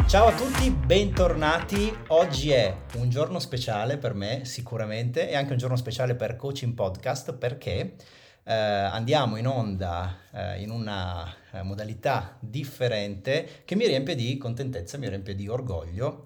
Ciao a tutti, bentornati. Oggi è un giorno speciale per me sicuramente e anche un giorno speciale per Coaching Podcast perché andiamo in onda in una modalità differente che mi riempie di contentezza, mi riempie di orgoglio.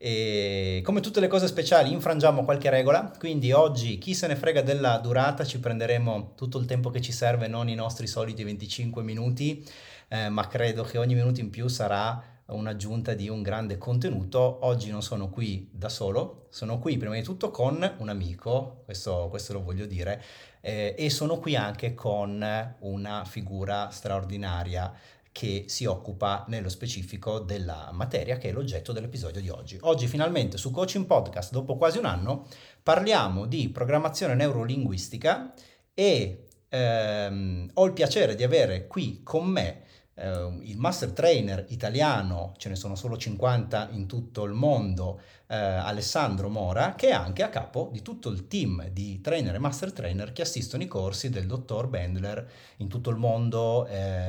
E come tutte le cose speciali infrangiamo qualche regola, quindi oggi chi se ne frega della durata, ci prenderemo tutto il tempo che ci serve, non i nostri soliti 25 minuti, ma credo che ogni minuto in più sarà un'aggiunta di un grande contenuto. Oggi non sono qui da solo, sono qui prima di tutto con un amico, questo lo voglio dire, e sono qui anche con una figura straordinaria che si occupa nello specifico della materia che è l'oggetto dell'episodio di oggi. Oggi finalmente su Coaching Podcast, dopo quasi un anno, parliamo di programmazione neurolinguistica e ho il piacere di avere qui con me il master trainer italiano, ce ne sono solo 50 in tutto il mondo, Alessandro Mora, che è anche a capo di tutto il team di trainer e master trainer che assistono i corsi del dottor Bandler in tutto il mondo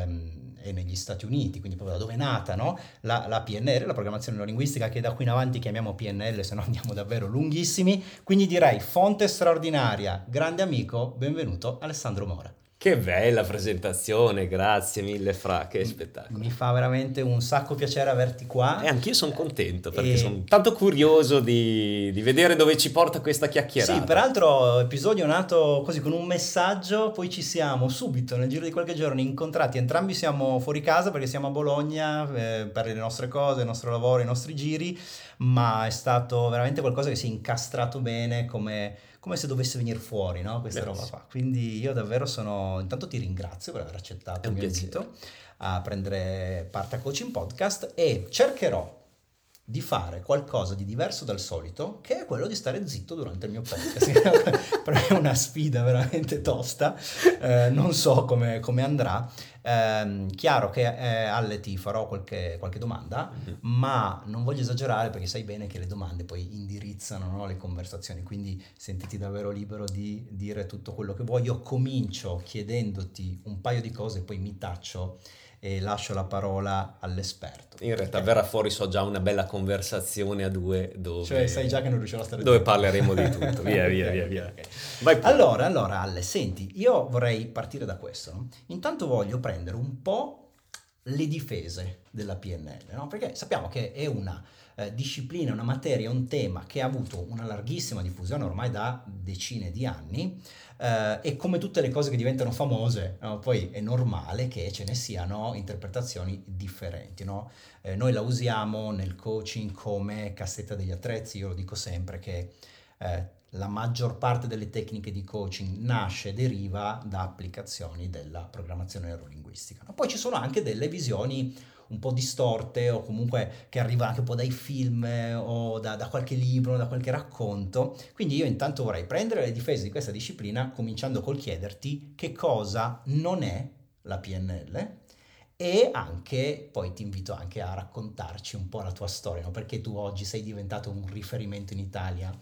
e negli Stati Uniti, quindi proprio da dove è nata, no? la PNL, la programmazione neurolinguistica, che da qui in avanti chiamiamo PNL, se no andiamo davvero lunghissimi. Quindi direi fonte straordinaria, grande amico, benvenuto Alessandro Mora. Che bella presentazione, grazie mille Fra, che spettacolo. Mi fa veramente un sacco piacere averti qua. E anch'io sono contento perché sono tanto curioso di vedere dove ci porta questa chiacchierata. Sì, peraltro episodio nato così con un messaggio, poi ci siamo subito nel giro di qualche giorno incontrati, entrambi siamo fuori casa perché siamo a Bologna per le nostre cose, il nostro lavoro, i nostri giri, ma è stato veramente qualcosa che si è incastrato bene come se dovesse venire fuori, no? Questa roba qua. Quindi io davvero intanto ti ringrazio per aver accettato il mio invito a prendere parte a Coaching Podcast e cercherò di fare qualcosa di diverso dal solito, che è quello di stare zitto durante il mio podcast. Per me è una sfida veramente tosta, non so come andrà. Chiaro che Alle ti farò qualche domanda, ma non voglio esagerare perché sai bene che le domande poi indirizzano, no, le conversazioni, quindi sentiti davvero libero di dire tutto quello che vuoi. Io comincio chiedendoti un paio di cose, poi mi taccio e lascio la parola all'esperto. In realtà verrà fuori, so già, una bella conversazione a due dove... Cioè sai già che non riuscirò a stare dove parleremo di tutto. Via. Okay. Vai pure. Allora Alle, senti, io vorrei partire da questo, no? Intanto voglio prendere un po' le difese della PNL, no? Perché sappiamo che è una disciplina, una materia, un tema che ha avuto una larghissima diffusione ormai da decine di anni, e come tutte le cose che diventano famose, no? Poi è normale che ce ne siano interpretazioni differenti, no? Noi la usiamo nel coaching come cassetta degli attrezzi. Io lo dico sempre che la maggior parte delle tecniche di coaching nasce e deriva da applicazioni della programmazione neurolinguistica. Ma poi ci sono anche delle visioni un po' distorte o comunque che arrivano anche un po' dai film o da qualche libro, da qualche racconto. Quindi io intanto vorrei prendere le difese di questa disciplina cominciando col chiederti che cosa non è la PNL e anche poi ti invito anche a raccontarci un po' la tua storia, no? Perché tu oggi sei diventato un riferimento in Italia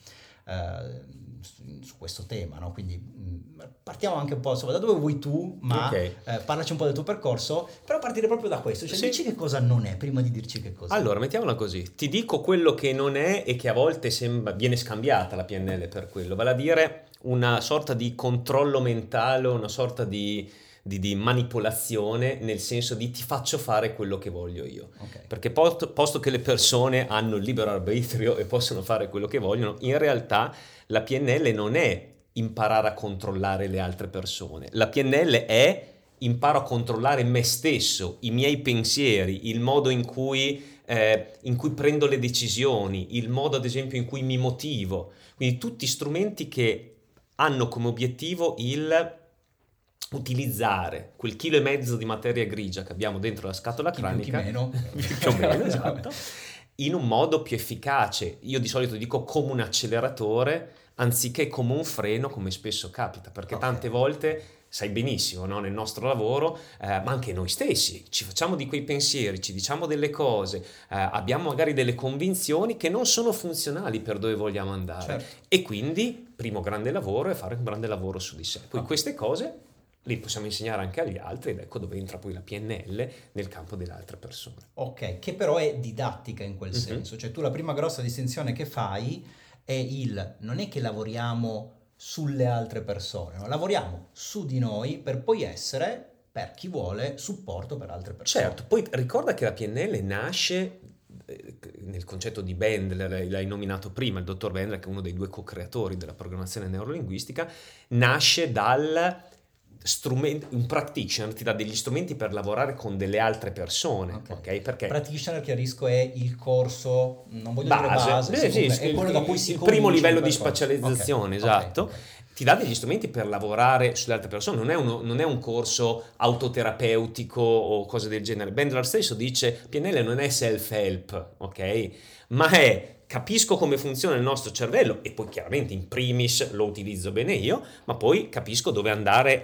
su questo tema, no? Quindi partiamo anche un po' da dove vuoi tu, ma parlaci un po' del tuo percorso, però partire proprio da questo, cioè dici che cosa non è prima di dirci che cosa allora, mettiamola così, ti dico quello che non è e che a volte viene scambiata la PNL per quello, vale a dire una sorta di controllo mentale, una sorta di manipolazione, nel senso di ti faccio fare quello che voglio io. Perché posto che le persone hanno il libero arbitrio e possono fare quello che vogliono, in realtà la PNL non è imparare a controllare le altre persone, la PNL è imparo a controllare me stesso, i miei pensieri, il modo in cui prendo le decisioni, il modo ad esempio in cui mi motivo, quindi tutti strumenti che hanno come obiettivo il utilizzare quel 1,5 chili di materia grigia che abbiamo dentro la scatola cranica, più o meno, esatto, in un modo più efficace. Io di solito dico come un acceleratore anziché come un freno, come spesso capita, perché tante volte, sai benissimo, no? Nel nostro lavoro, ma anche noi stessi, ci facciamo di quei pensieri, ci diciamo delle cose, abbiamo magari delle convinzioni che non sono funzionali per dove vogliamo andare. E quindi, primo grande lavoro è fare un grande lavoro su di sé. Poi queste cose li possiamo insegnare anche agli altri, ed ecco dove entra poi la PNL nel campo delle altre persone. Ok, che però è didattica in quel senso, cioè tu la prima grossa distinzione che fai è non è che lavoriamo sulle altre persone, no? Lavoriamo su di noi per poi essere, per chi vuole, supporto per altre persone. Certo, poi ricorda che la PNL nasce nel concetto di Bandler, l'hai nominato prima, il dottor Bandler, che è uno dei 2 co-creatori della programmazione neurolinguistica, nasce dal strumento, un practitioner ti dà degli strumenti per lavorare con delle altre persone, ok? Perché practitioner, chiarisco, è il corso, non voglio dire base, è quello da cui il primo livello di specializzazione, esatto. Okay. Ti dà degli strumenti per lavorare sulle altre persone, non è un corso autoterapeutico o cose del genere. Bandler stesso dice PNL non è self-help, ok? Ma è capisco come funziona il nostro cervello e poi chiaramente in primis lo utilizzo bene io, ma poi capisco dove andare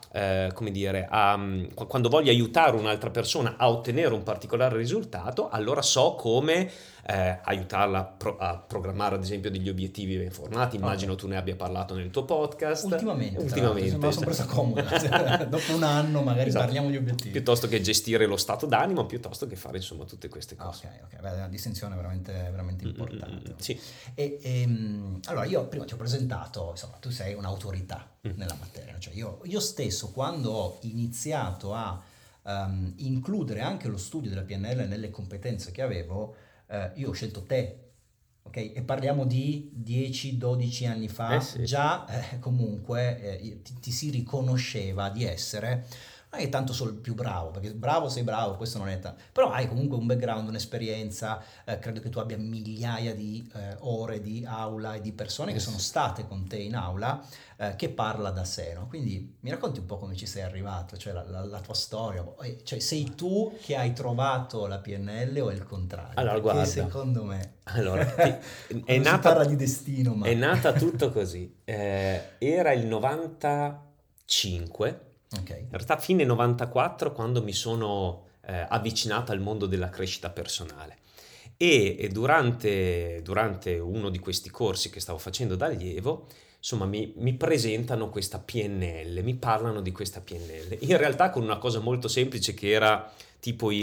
quando voglio aiutare un'altra persona a ottenere un particolare risultato, allora so come aiutarla a programmare ad esempio degli obiettivi ben formati. Immagino tu ne abbia parlato nel tuo podcast. Ultimamente me la sono presa comoda. Dopo un anno magari parliamo di obiettivi. Piuttosto che gestire lo stato d'animo, piuttosto che fare insomma tutte queste cose. Ok, beh, è una distinzione veramente importante. Sì. Allora io prima ti ho presentato, insomma, tu sei un'autorità nella materia, cioè io stesso quando ho iniziato a includere anche lo studio della PNL nelle competenze che avevo, io ho scelto te, ok? E parliamo di 10-12 anni fa, sì. già comunque ti si riconosceva di essere, non è tanto solo il più bravo, perché bravo sei bravo, questo non è tanto, però hai comunque un background, un'esperienza, credo che tu abbia migliaia di ore di aula e di persone che sono state con te in aula, che parla da sé, no? Quindi mi racconti un po' come ci sei arrivato, cioè la tua storia, cioè sei tu che hai trovato la PNL o è il contrario? Allora, perché guarda, secondo me si parla di destino, ma è nata tutto così. Era il 95. Okay. In realtà fine 94 quando mi sono avvicinato al mondo della crescita personale e durante uno di questi corsi che stavo facendo da allievo, insomma mi presentano questa PNL, mi parlano di questa PNL, in realtà con una cosa molto semplice che era tipo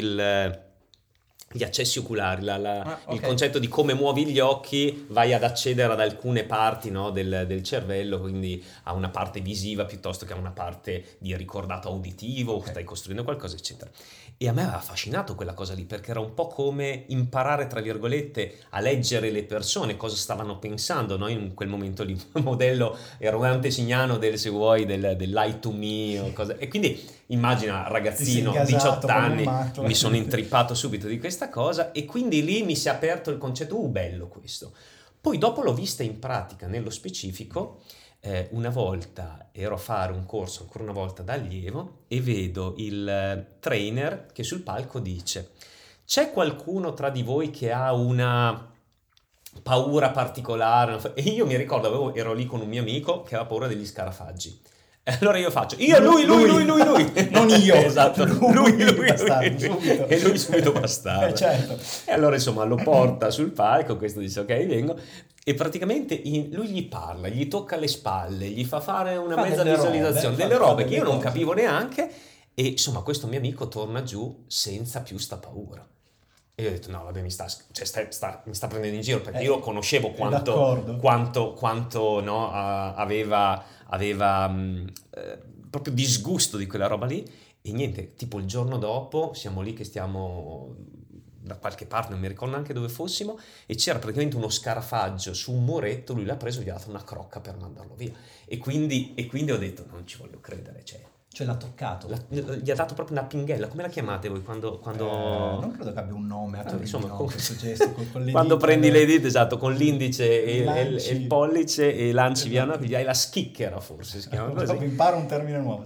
gli accessi oculari, il concetto di come muovi gli occhi, vai ad accedere ad alcune parti, no, del cervello, quindi a una parte visiva piuttosto che a una parte di ricordato uditivo, stai costruendo qualcosa, eccetera. E a me aveva affascinato quella cosa lì, perché era un po' come imparare, tra virgolette, a leggere le persone, cosa stavano pensando, no? In quel momento lì, un modello era un antesignano se vuoi, del lie to me o cosa. E quindi immagina, ragazzino, 18 anni, mi sono intrippato subito di questa cosa e quindi lì mi si è aperto il concetto, bello questo. Poi dopo l'ho vista in pratica, nello specifico. Una volta ero a fare un corso, ancora una volta da allievo, e vedo il trainer che sul palco dice: c'è qualcuno tra di voi che ha una paura particolare? E io mi ricordo, ero lì con un mio amico che aveva paura degli scarafaggi. E allora io faccio, lui. Non io. Esatto, lui. Subito. E lui subito bastardo. Certo. E allora insomma lo porta sul palco, questo dice ok, vengo. E praticamente lui gli parla, gli tocca le spalle, gli fa fare una mezza visualizzazione, delle robe che io non capivo neanche, e insomma questo mio amico torna giù senza più sta paura. E io ho detto no vabbè mi sta prendendo in giro, perché io conoscevo quanto no, aveva proprio disgusto di quella roba lì. E niente, tipo il giorno dopo siamo lì che stiamo da qualche parte, non mi ricordo neanche dove fossimo, e c'era praticamente uno scarafaggio su un muretto, lui l'ha preso e gli ha dato una crocca per mandarlo via. E quindi ho detto non ci voglio credere, cioè l'ha toccato, gli ha dato proprio una pinghella. Come la chiamate voi quando non credo che abbia un nome, insomma, questo gesto con quando prendi le dita, esatto, con l'indice e il pollice e lanci via una piglia, è la schicchera forse si chiama così. Impara un termine nuovo.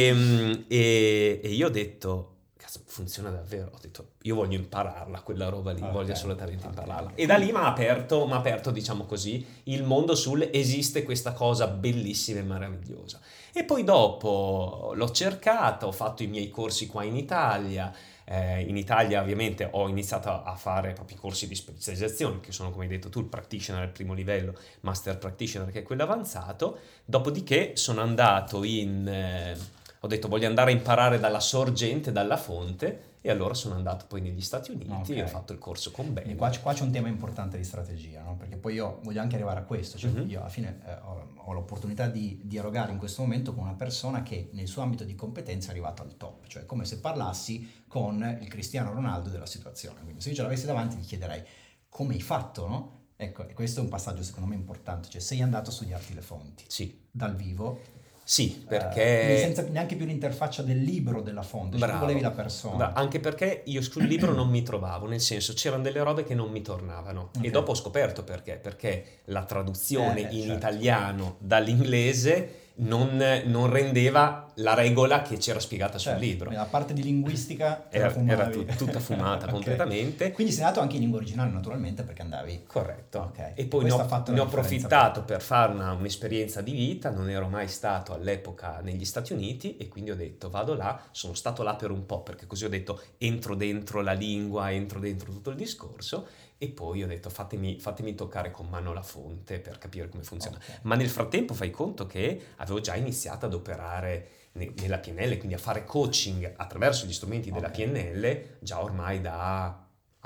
E io ho detto funziona davvero, ho detto io voglio impararla quella roba lì, voglio assolutamente impararla. E da lì mi ha aperto diciamo così il mondo esiste questa cosa bellissima e meravigliosa. E poi dopo l'ho cercata, ho fatto i miei corsi qua in Italia. In Italia ovviamente ho iniziato a fare proprio i corsi di specializzazione, che sono, come hai detto tu, il practitioner al primo livello, master practitioner che è quello avanzato. Dopodiché sono andato Ho detto voglio andare a imparare dalla sorgente, dalla fonte, e allora sono andato poi negli Stati Uniti e ho fatto il corso con Quindi Benny. qua c'è un tema importante di strategia, no? Perché poi io voglio anche arrivare a questo, cioè io alla fine ho l'opportunità di dialogare in questo momento con una persona che nel suo ambito di competenza è arrivata al top, cioè come se parlassi con il Cristiano Ronaldo della situazione. Quindi se io ce l'avessi davanti gli chiederei come hai fatto, no? Ecco, e questo è un passaggio secondo me importante, cioè sei andato a studiarti le fonti Sì. dal vivo. Sì, Quindi perché... senza neanche più l'interfaccia del libro della fonte, cioè tu Bravo. volevi la persona. Anche perché io sul libro non mi trovavo, nel senso c'erano delle robe che non mi tornavano. Ok. E dopo ho scoperto perché la traduzione in certo. italiano dall'inglese non rendeva la regola che c'era spiegata sul Certo, libro. la parte di linguistica Era fumavi. tutta fumata Ok. completamente. Quindi sei andato anche in lingua originale naturalmente perché andavi. Corretto. Ok. E poi Questo ha fatto la ne ho differenza approfittato per fare un'esperienza di vita, non ero mai stato all'epoca negli Stati Uniti e quindi ho detto vado là, sono stato là per un po' perché così ho detto entro dentro la lingua, entro dentro tutto il discorso e poi ho detto fatemi toccare con mano la fonte per capire come funziona. Ok. Ma nel frattempo fai conto che avevo già iniziato ad operare nella PNL, quindi a fare coaching attraverso gli strumenti della Ok. PNL già ormai da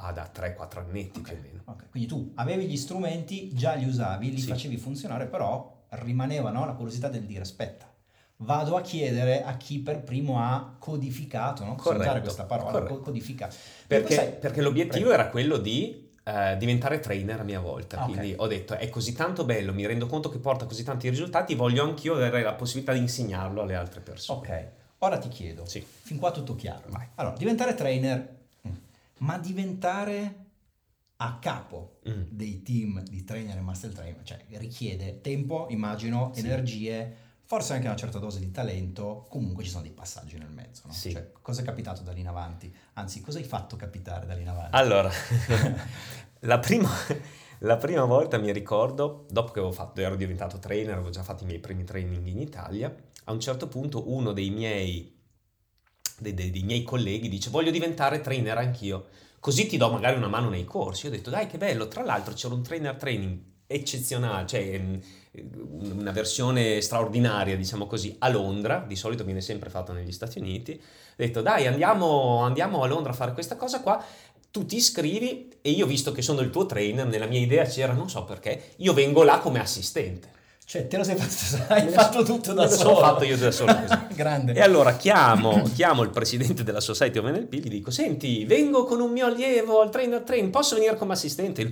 3-4 annetti più o meno. Ok. Quindi tu avevi gli strumenti, già li usavi, li Sì. facevi funzionare, però rimaneva, no, la curiosità del dire aspetta, vado a chiedere a chi per primo ha codificato, no? Possiamo usare questa parola, corretto. codificato. Perché l'obiettivo era quello di diventare trainer a mia volta, Ah, ok. quindi ho detto è così tanto bello, mi rendo conto che porta così tanti risultati, voglio anch'io avere la possibilità di insegnarlo alle altre persone. Ok, ora ti chiedo, Sì. fin qua tutto chiaro. Vai. Allora, diventare trainer, ma diventare a capo dei team di trainer e master trainer, cioè richiede tempo, immagino, Sì. energie, forse anche una certa dose di talento, comunque ci sono dei passaggi nel mezzo, no? Sì. Cioè, cosa è capitato da lì in avanti? Anzi, cosa hai fatto capitare da lì in avanti? Allora, la prima volta mi ricordo, dopo che ero diventato trainer, avevo già fatto i miei primi training in Italia, a un certo punto uno dei miei colleghi dice voglio diventare trainer anch'io, così ti do magari una mano nei corsi. Io ho detto dai che bello, tra l'altro c'era un trainer training eccezionale, cioè una versione straordinaria diciamo così a Londra, di solito viene sempre fatto negli Stati Uniti. Ho detto dai andiamo a Londra a fare questa cosa qua, tu ti iscrivi e io visto che sono il tuo trainer, nella mia idea c'era, non so perché, io vengo là come assistente. Cioè, te lo sei fatto, hai fatto tutto da Me lo solo. sono fatto io da solo così. Grande. E allora chiamo il presidente della Society of NLP, gli dico senti vengo con un mio allievo al trainer training, posso venire come assistente?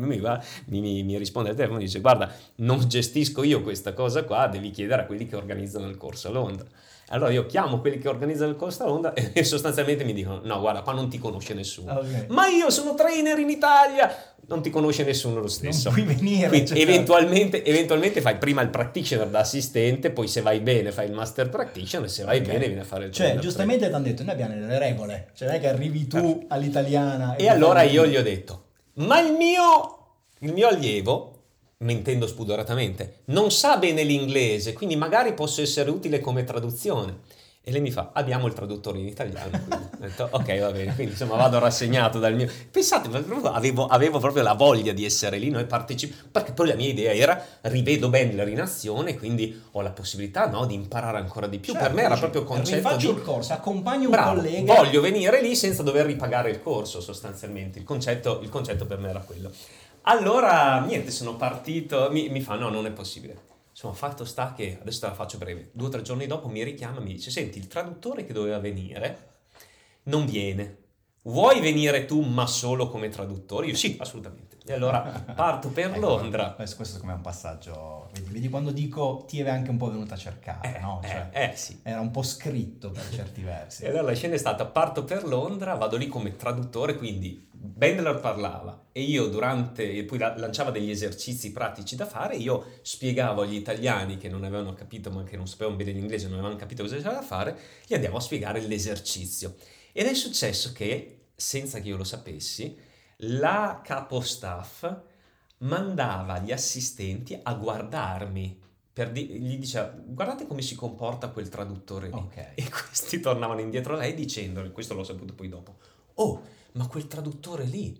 Mi risponde al telefono e dice guarda non gestisco io questa cosa qua, devi chiedere a quelli che organizzano il corso a Londra. Allora io chiamo quelli che organizzano il corso a Londra e sostanzialmente mi dicono no guarda qua non ti conosce nessuno. Okay. Ma io sono trainer in Italia, non ti conosce nessuno lo stesso. Non puoi venire. Quindi cioè, eventualmente fai prima il practitioner da assistente, poi se vai bene fai il master practitioner, se vai bene vieni a fare il Cioè, trainer giustamente ti hanno detto, noi abbiamo delle regole, cioè non è che arrivi tu all'italiana. e allora io gli ho detto, ma il mio allievo, mentendo spudoratamente, non sa bene l'inglese, quindi magari posso essere utile come traduzione. E lei mi fa, abbiamo il traduttore in italiano. Quindi. Ho detto, ok, va bene, quindi insomma vado rassegnato dal mio... Pensate, avevo proprio la voglia di essere lì, no, e partecipare, perché poi la mia idea era, rivedo Bendler in azione, quindi ho la possibilità, no, di imparare ancora di più. Certo, per me era proprio il concetto rifaccio di... il corso, accompagno un Bravo, collega. voglio venire lì senza dover ripagare il corso, sostanzialmente. Il concetto per me era quello. Allora, niente, sono partito, mi fa, no, non è possibile. Insomma, fatto sta che, adesso te la faccio breve, 2 o 3 giorni dopo mi richiama e mi dice, senti, il traduttore che doveva venire non viene. Vuoi venire tu ma solo come traduttore? Io sì, assolutamente. E allora parto per Londra. Questo secondo me è un passaggio, vedi quando dico ti è anche un po' venuta a cercare, no? Cioè, Sì. era un po' scritto per certi versi. E allora la scena è stata, parto per Londra, vado lì come traduttore, quindi Bendler parlava e io poi lanciava degli esercizi pratici da fare, io spiegavo agli italiani che non avevano capito ma che non sapevano bene l'inglese, non avevano capito cosa c'era da fare, gli andiamo a spiegare l'esercizio. Ed è successo che, senza che io lo sapessi, la capo staff mandava gli assistenti a guardarmi, gli diceva guardate come si comporta quel traduttore lì. Ok. E questi tornavano indietro a lei dicendo, questo l'ho saputo poi dopo, oh ma quel traduttore lì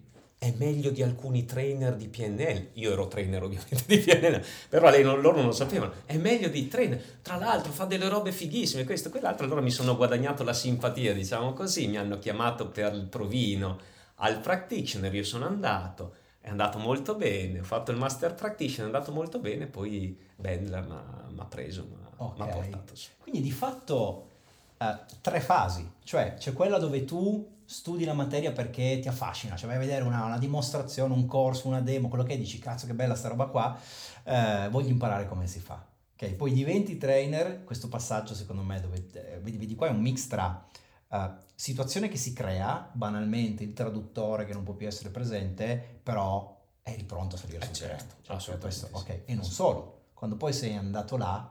è meglio di alcuni trainer di PNL. Io ero trainer ovviamente di PNL, però loro non lo sapevano. È meglio di trainer. Tra l'altro fa delle robe fighissime, questo e quell'altro. Allora mi sono guadagnato la simpatia, diciamo così. Mi hanno chiamato per il provino al practitioner, io sono andato. È andato molto bene, ho fatto il master practitioner, è andato molto bene, poi Bandler mi ha preso, mi ha portato su. Quindi di fatto 3 fasi, cioè c'è quella dove tu studi la materia perché ti affascina, cioè vai a vedere una dimostrazione, un corso, una demo, quello che dici, cazzo che bella sta roba qua, voglio imparare come si fa. Ok, poi diventi trainer, questo passaggio secondo me dove vedi qua è un mix tra situazione che si crea, banalmente il traduttore che non può più essere presente, però eri pronto a salire sul treno. Certo, Cioè, assolutamente questo, sì. ok, e non solo, quando poi sei andato là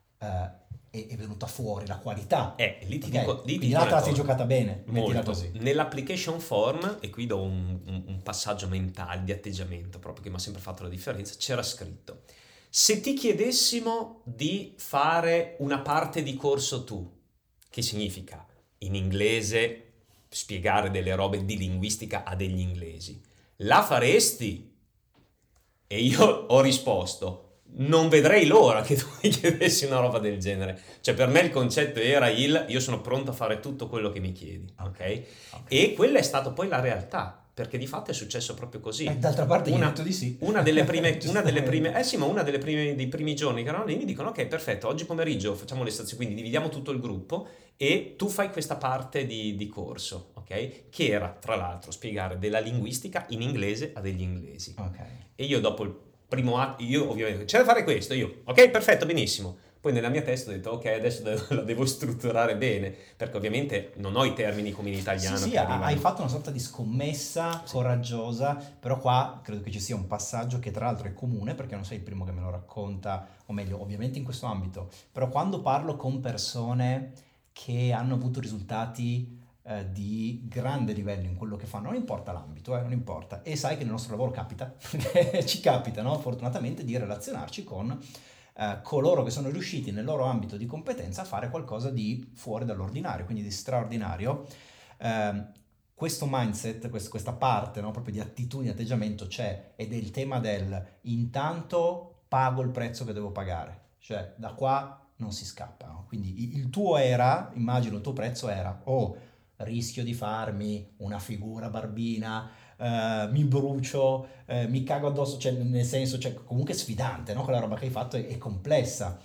è venuta fuori la qualità. Lì ti Ok? dico, lì ti Quindi dico là una te la sei cosa. giocata bene, mettila Molto. così. Nell'application form, e qui do un passaggio mentale di atteggiamento proprio che mi ha sempre fatto la differenza, c'era scritto: se ti chiedessimo di fare una parte di corso tu, che significa in inglese spiegare delle robe di linguistica a degli inglesi, la faresti? E io ho risposto: non vedrei l'ora che tu mi chiedessi una roba del genere. Cioè, per me il concetto era io sono pronto a fare tutto quello che mi chiedi, ok? E quella è stata poi la realtà, perché di fatto è successo proprio E così. d'altra parte gli hai detto di sì. Una delle prime, Giustamente. sì, ma una dei primi giorni che erano lì mi dicono: ok, perfetto, oggi pomeriggio facciamo le stazioni, quindi dividiamo tutto il gruppo e tu fai questa parte di corso, ok? Che era, tra l'altro, spiegare della linguistica in inglese a degli inglesi. Ok. E io dopo il primo atto, io ovviamente c'è da fare questo, io, ok, perfetto, benissimo. Poi nella mia testa ho detto, ok, adesso la devo strutturare bene, perché ovviamente non ho i termini come in Sì, italiano sì, che hai arrivano. fatto una sorta di scommessa Sì. coraggiosa, però qua credo che ci sia un passaggio che tra l'altro è comune, perché non sei il primo che me lo racconta, o meglio, ovviamente in questo ambito, però quando parlo con persone che hanno avuto risultati di grande livello in quello che fanno, non importa l'ambito, non importa, e sai che nel nostro lavoro capita, perché ci capita, no? Fortunatamente di relazionarci con coloro che sono riusciti nel loro ambito di competenza a fare qualcosa di fuori dall'ordinario, quindi di straordinario. Eh, questo mindset, questa parte, no, proprio di attitudine, atteggiamento c'è, ed è il tema del intanto pago il prezzo che devo pagare, cioè da qua non si scappa, no? Quindi il tuo era, immagino il tuo prezzo era rischio di farmi una figura barbina, mi brucio, mi cago addosso, cioè nel senso, cioè, comunque sfidante, no? Quella roba che hai fatto è complessa.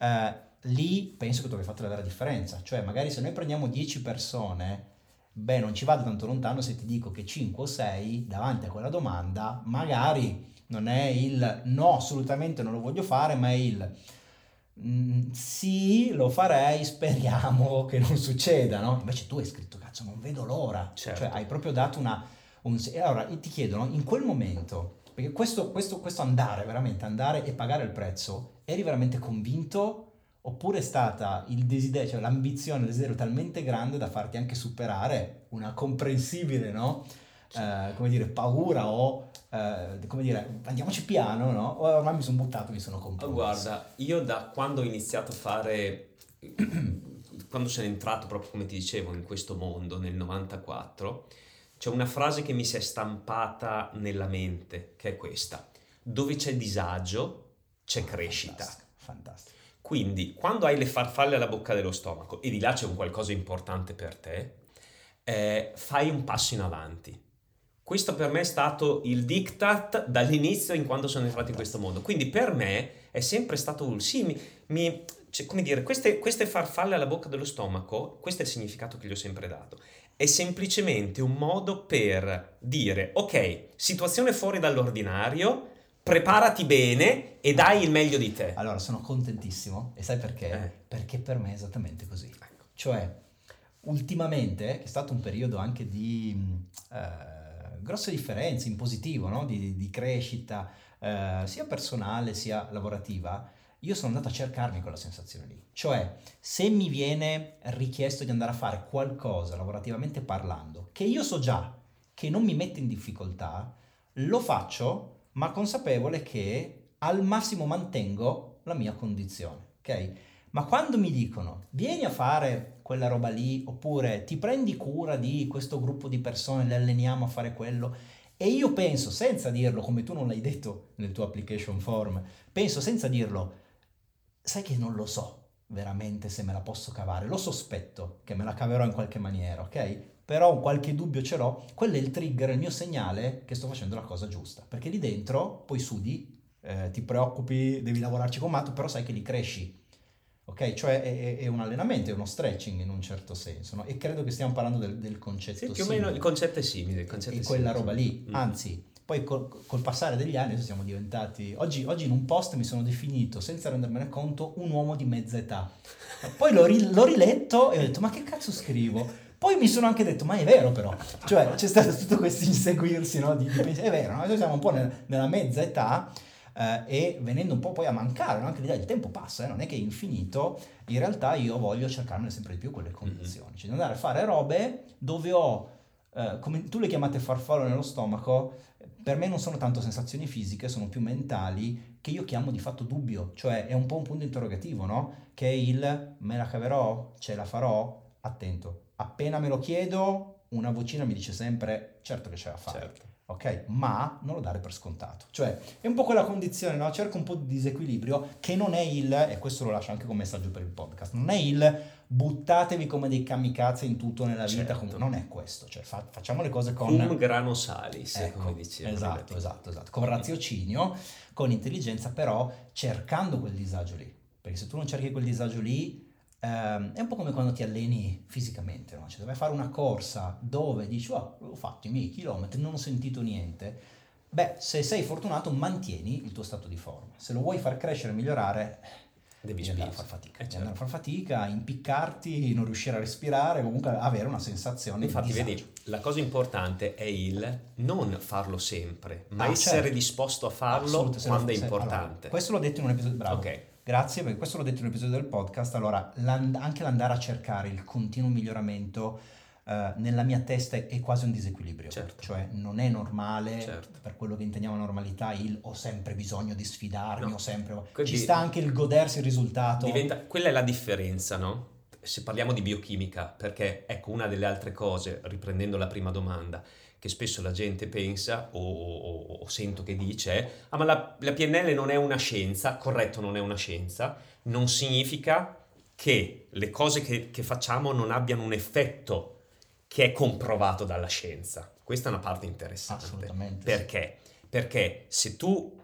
Lì penso che tu abbia fatto la vera differenza, cioè magari se noi prendiamo 10 persone, beh, non ci vado tanto lontano se ti dico che 5 o 6 davanti a quella domanda magari non è il no, assolutamente non lo voglio fare, ma è il sì, lo farei, speriamo che non succeda, no? Invece tu hai scritto, cazzo, non vedo l'ora, cioè Certo. hai proprio dato e allora ti chiedono, in quel momento, perché questo andare, veramente andare e pagare il prezzo, eri veramente convinto oppure è stata il desiderio, cioè l'ambizione, il desiderio talmente grande da farti anche superare una comprensibile, no? Come dire, paura o, come dire, andiamoci piano, no? O ormai mi sono buttato, mi sono compromesso. Guarda, io da quando ho iniziato a fare, quando sono entrato proprio come ti dicevo in questo mondo nel 94, c'è una frase che mi si è stampata nella mente, che è questa: dove c'è disagio, c'è crescita. Fantastico, fantastico. Quindi, quando hai le farfalle alla bocca dello stomaco e di là c'è un qualcosa importante per te, fai un passo in avanti. Questo per me è stato il diktat dall'inizio in quando sono entrato in questo mondo. Quindi per me è sempre stato un sì, cioè, come dire, queste farfalle alla bocca dello stomaco, questo è il significato che gli ho sempre dato. È semplicemente un modo per dire, ok, situazione fuori dall'ordinario, preparati bene e dai il meglio di te. Allora, sono contentissimo e sai perché? Perché per me è esattamente così. Ecco. Cioè, ultimamente, che è stato un periodo anche di grosse differenze in positivo, no? Di crescita, sia personale sia lavorativa, io sono andato a cercarmi quella sensazione lì. Cioè, se mi viene richiesto di andare a fare qualcosa lavorativamente parlando, che io so già che non mi mette in difficoltà, lo faccio, ma consapevole che al massimo mantengo la mia condizione, ok? Ma quando mi dicono vieni a fare quella roba lì, oppure ti prendi cura di questo gruppo di persone, le alleniamo a fare quello, E io penso, senza dirlo, come tu non l'hai detto nel tuo application form, penso senza dirlo, sai che non lo so veramente se me la posso cavare, lo sospetto che me la caverò in qualche maniera, ok? Però qualche dubbio ce l'ho, quello è il trigger, il mio segnale che sto facendo la cosa giusta, perché lì dentro poi sudi, ti preoccupi, devi lavorarci con matto, però sai che li cresci. Ok, cioè è un allenamento, è uno stretching in un certo senso, no? E credo che stiamo parlando del concetto Sì, più o meno il simile. concetto è simile. Il concetto E è quella simile. roba lì, Mm. anzi, poi col passare degli anni siamo diventati. Oggi in un post mi sono definito, senza rendermene conto, un uomo di mezza età. Poi l'ho riletto e ho detto, ma che cazzo scrivo? Poi mi sono anche detto, ma è vero però, cioè c'è stato tutto questo inseguirsi, no? Di è vero, no? Noi siamo un po' nella mezza età, e venendo un po' poi a mancare, no? Anche l'idea del tempo passa, non è che è infinito, in realtà io voglio cercarmene sempre di più quelle condizioni, cioè di andare a fare robe dove ho, come tu le chiamate farfallo nello stomaco, per me non sono tanto sensazioni fisiche, sono più mentali, che io chiamo di fatto dubbio, cioè è un po' un punto interrogativo, no? Che è il me la caverò, ce la farò, attento, appena me lo chiedo, una vocina mi dice sempre, certo che ce la fai. Certo. Ok, ma non lo dare per scontato. Cioè, è un po' quella condizione, no? Cerco un po' di disequilibrio che non è il, e questo lo lascio anche come messaggio per il podcast, non è il buttatevi come dei kamikaze in tutto nella vita, Certo. non è questo, cioè facciamo le cose con. Cum grano salis, Ecco, come dicevano i esatto, latini. esatto, con raziocinio, con intelligenza, però cercando quel disagio lì, perché se tu non cerchi quel disagio lì, è un po' come quando ti alleni fisicamente, no? Cioè, vai a fare una corsa dove dici, oh, ho fatto i miei chilometri, non ho sentito niente. Beh, se sei fortunato, mantieni il tuo stato di forma. Se lo vuoi far crescere e migliorare, devi andare a far fatica. Devi andare a far fatica, impiccarti, non riuscire a respirare, comunque avere una sensazione Infatti, di disagio. vedi, la cosa importante è il non farlo sempre, ma essere certo. disposto a farlo Assolutamente, quando è allora, importante. questo l'ho detto in un episodio, bravo. Ok. Grazie, perché questo l'ho detto in un episodio del podcast. Allora, anche l'andare a cercare il continuo miglioramento, nella mia testa è quasi un disequilibrio. Certo. Cioè, non è normale, Certo. per quello che intendiamo normalità, il ho sempre bisogno di sfidarmi, No. ho sempre. Quindi Ci sta anche il godersi il risultato. quella è la differenza, no? Se parliamo di biochimica, perché ecco una delle altre cose, riprendendo la prima domanda, che spesso la gente pensa o sento che dice è, ah ma la PNL non è una scienza, corretto, non è una scienza, non significa che le cose che facciamo non abbiano un effetto che è comprovato dalla scienza. Questa è una parte interessante. Assolutamente. Perché? Perché se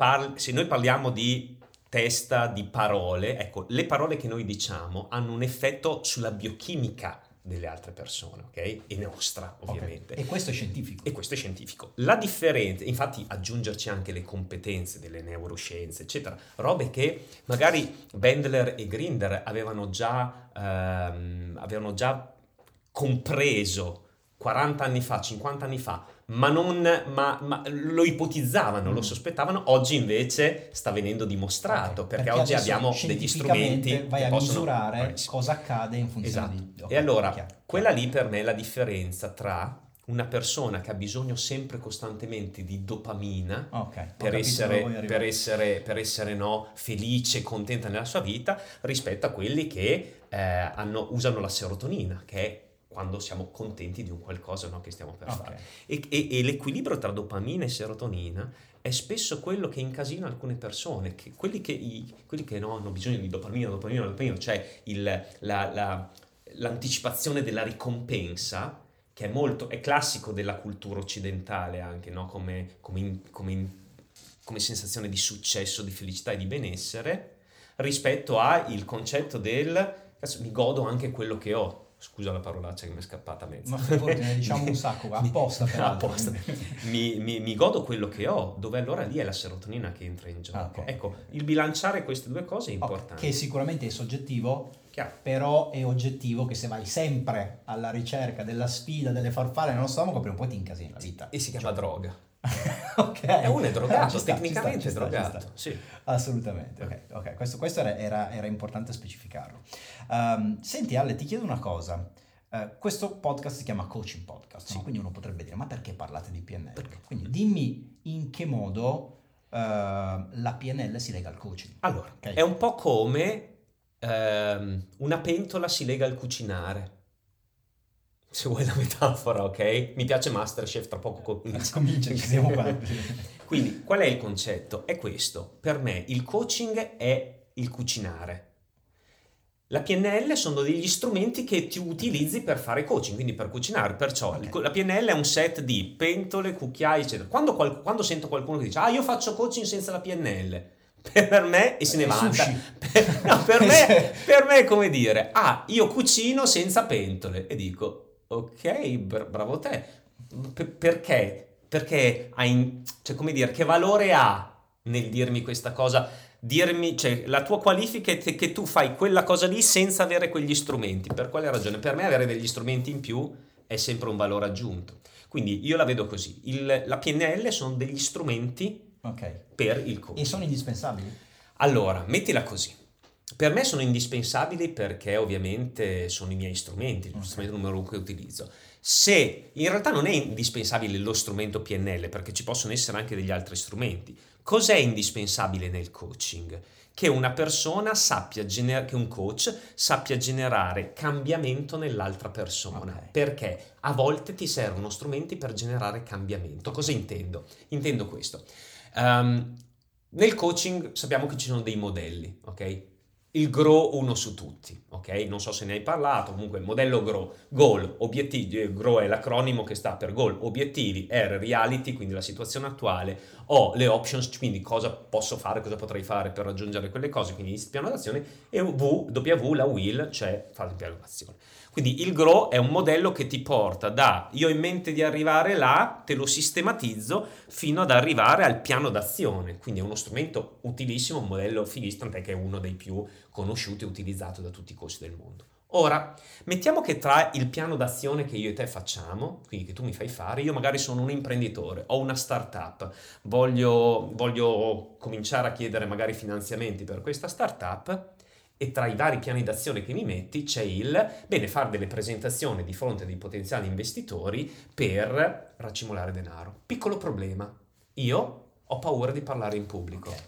noi parliamo di testa, di parole, ecco, le parole che noi diciamo hanno un effetto sulla biochimica delle altre persone, ok? E nostra, ovviamente. Okay. E questo è scientifico. E questo è scientifico. La differenza, infatti aggiungerci anche le competenze delle neuroscienze, eccetera, robe che magari Bandler e Grinder avevano già compreso 40 anni fa, 50 anni fa, ma lo ipotizzavano, lo sospettavano, oggi invece sta venendo dimostrato, perché oggi abbiamo degli strumenti vai che a possono misurare cosa accade in funzione esatto. di. E allora, chiaro. quella lì per me è la differenza tra una persona che ha bisogno sempre costantemente di dopamina per essere no, felice, contenta nella sua vita, rispetto a quelli che usano la serotonina, che è quando siamo contenti di un qualcosa, no, che stiamo per fare. E l'equilibrio tra dopamina e serotonina è spesso quello che incasina alcune persone, quelli che no, hanno bisogno di dopamina, cioè l'anticipazione della ricompensa, che è classico della cultura occidentale anche, no? come sensazione di successo, di felicità e di benessere, rispetto al concetto del mi godo anche quello che ho. Scusa la parolaccia che mi è scappata a mezzo. Ma figurati, ne diciamo un sacco, apposta peraltro. Apposta. Mi godo quello che ho, dove allora lì è la serotonina che entra in gioco. Okay. Ecco, il bilanciare queste due cose è importante. Che sicuramente è soggettivo, chiaro, però è oggettivo che se vai sempre alla ricerca della sfida, delle farfalle nello stomaco, prima o poi ti incasini la vita. E si chiama droga. Ok. E uno è drogato, Ci sta, tecnicamente ci sta, è drogato. ci sta. Sì. Assolutamente, ok. Questo era importante specificarlo. Senti Ale, ti chiedo una cosa. Questo podcast si chiama Coaching Podcast, Sì. No? Quindi uno potrebbe dire, ma perché parlate di PNL? Perché? Quindi dimmi in che modo la PNL si lega al coaching. Allora, Okay. è un po' come una pentola si lega al cucinare. se vuoi la metafora, ok? Mi piace MasterChef, tra poco comincia. Comincia, ci siamo qua. Quindi, qual è il concetto? È questo. Per me il coaching è il cucinare. La PNL sono degli strumenti che tu utilizzi per fare coaching, quindi per cucinare. Perciò la PNL è un set di pentole, cucchiai, eccetera. Quando sento qualcuno che dice io faccio coaching senza la PNL, per me, e se ne vanta. No, per me è come dire, io cucino senza pentole. E dico, ok, bravo te. Perché? Perché cioè, come dire, che valore ha nel dirmi questa cosa? Dirmi, cioè, la tua qualifica è che tu fai quella cosa lì senza avere quegli strumenti. Per quale ragione? Per me avere degli strumenti in più è sempre un valore aggiunto. Quindi io la vedo così. La PNL sono degli strumenti per il coaching. E sono indispensabili? Allora, mettila così. Per me sono indispensabili perché ovviamente sono i miei strumenti, lo strumento numero uno che utilizzo. Se in realtà non è indispensabile lo strumento PNL, perché ci possono essere anche degli altri strumenti. Cos'è indispensabile nel coaching? Che una persona che un coach sappia generare cambiamento nell'altra persona. Perché a volte ti servono strumenti per generare cambiamento. Cosa intendo? Intendo questo. Nel coaching sappiamo che ci sono dei modelli, ok? Il GROW uno su tutti, ok? Non so se ne hai parlato, comunque il modello GROW, goal, obiettivi, GROW è l'acronimo che sta per goal, obiettivi, R, reality, quindi la situazione attuale, O, le options, quindi cosa posso fare, cosa potrei fare per raggiungere quelle cose, quindi il piano d'azione, e W, la will, cioè fare il piano d'azione. Quindi il GROW è un modello che ti porta da io ho in mente di arrivare là, te lo sistematizzo fino ad arrivare al piano d'azione. Quindi è uno strumento utilissimo, un modello fighissimo, tant'è che è uno dei più conosciuto e utilizzato da tutti i coach del mondo. Ora, mettiamo che tra il piano d'azione che io e te facciamo, quindi che tu mi fai fare, io magari sono un imprenditore, ho una startup, voglio cominciare a chiedere magari finanziamenti per questa startup, e tra i vari piani d'azione che mi metti c'è fare delle presentazioni di fronte a dei potenziali investitori per racimolare denaro. Piccolo problema, io ho paura di parlare in pubblico.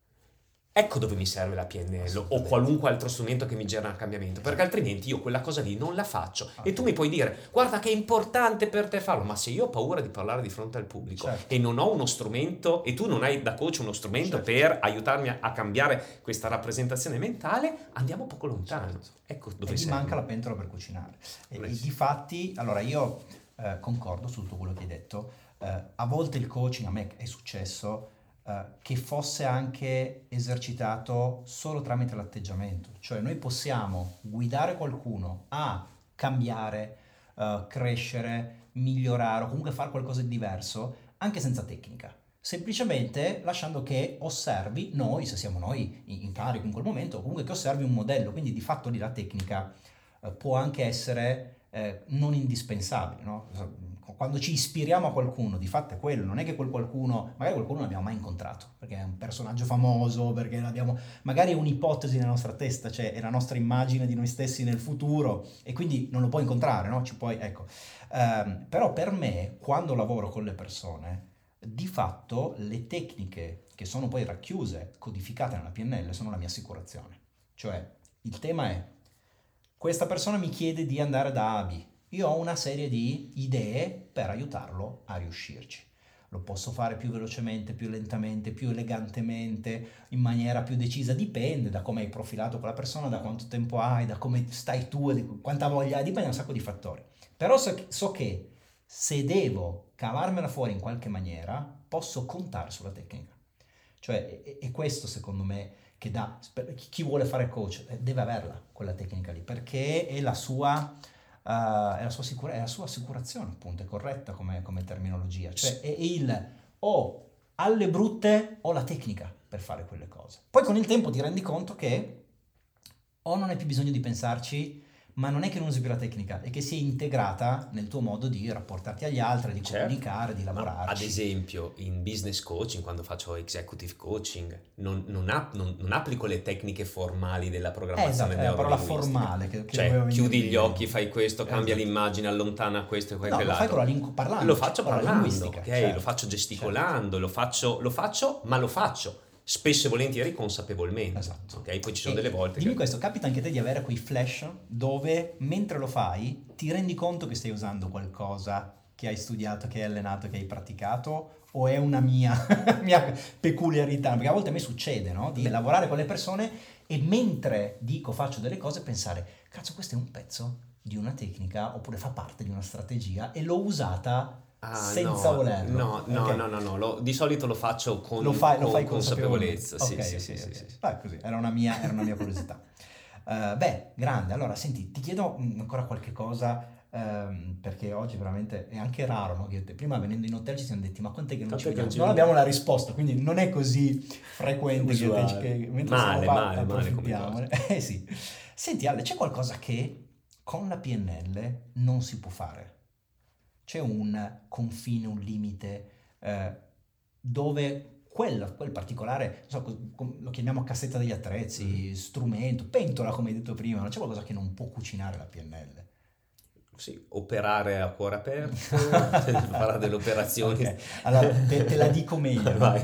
Ecco dove mi serve la PNL o qualunque altro strumento che mi genera cambiamento, perché altrimenti io quella cosa lì non la faccio. E tu mi puoi dire, guarda che è importante per te farlo, ma se io ho paura di parlare di fronte al pubblico e non ho uno strumento, e tu non hai da coach uno strumento per aiutarmi a cambiare questa rappresentazione mentale, andiamo poco lontano. Ecco dove e manca la pentola per cucinare. E difatti, allora io concordo su tutto quello che hai detto. A volte il coaching, a me è successo, che fosse anche esercitato solo tramite l'atteggiamento, cioè noi possiamo guidare qualcuno a cambiare, crescere, migliorare o comunque fare qualcosa di diverso anche senza tecnica, semplicemente lasciando che osservi noi, se siamo noi in carico in quel momento, o comunque che osservi un modello, quindi di fatto lì la tecnica può anche essere non indispensabile, no? Quando ci ispiriamo a qualcuno, di fatto è quello, non è che quel qualcuno, magari qualcuno non l'abbiamo mai incontrato, perché è un personaggio famoso, perché magari è un'ipotesi nella nostra testa, cioè è la nostra immagine di noi stessi nel futuro, e quindi non lo puoi incontrare, no? Però per me, quando lavoro con le persone, di fatto le tecniche che sono poi racchiuse, codificate nella PNL, sono la mia assicurazione. Cioè, il tema è, questa persona mi chiede di andare da A a B, io ho una serie di idee per aiutarlo a riuscirci. Lo posso fare più velocemente, più lentamente, più elegantemente, in maniera più decisa, dipende da come hai profilato quella persona, da quanto tempo hai, da come stai tu, di quanta voglia hai, dipende da un sacco di fattori. Però so che se devo cavarmela fuori in qualche maniera, posso contare sulla tecnica. Cioè, è questo secondo me che dà, chi vuole fare coach deve averla, quella tecnica lì, perché è la sua assicurazione, appunto, è corretta come terminologia, cioè è o alle brutte o la tecnica per fare quelle cose. Poi con il tempo ti rendi conto che o non hai più bisogno di pensarci, ma non è che non usi più la tecnica, è che si è integrata nel tuo modo di rapportarti agli altri, di comunicare, di lavorarci. Ad esempio, in business coaching, quando faccio executive coaching, non applico le tecniche formali della programmazione neurolinguistica. È la parola formale. Cioè, chiudi gli occhi, fai questo, cambia l'immagine, allontana questo e quell'altro. Lo fai con la lingua parlando. Lo faccio parlando, ok? Lo faccio gesticolando, lo faccio, ma lo faccio. spesso e volentieri consapevolmente. Esatto. Ok? Poi ci sono delle volte dimmi questo, capita anche a te di avere quei flash dove mentre lo fai ti rendi conto che stai usando qualcosa che hai studiato, che hai allenato, che hai praticato, o è una mia peculiarità? Perché a volte a me succede, no? Di lavorare con le persone e mentre faccio delle cose pensare, cazzo, questo è un pezzo di una tecnica oppure fa parte di una strategia e l'ho usata senza volerlo. No, di solito lo faccio con lo fai consapevolezza. Sì. Così, era una mia curiosità. Grande. Allora, senti, ti chiedo ancora qualche cosa, perché oggi veramente è anche raro, no? Che prima venendo in hotel ci siamo detti, ma quant'è che non ci vediamo? Non abbiamo la risposta, quindi non è così frequente che mentre siamo qua approfittiamo. Sì. Senti, Ale, c'è qualcosa che con la PNL non si può fare? C'è un confine, un limite dove quel particolare, non so, lo chiamiamo cassetta degli attrezzi, strumento, pentola come hai detto prima, non c'è qualcosa che non può cucinare la PNL? Sì, operare a cuore aperto, fare delle operazioni. Okay. Allora, te la dico meglio. Vai.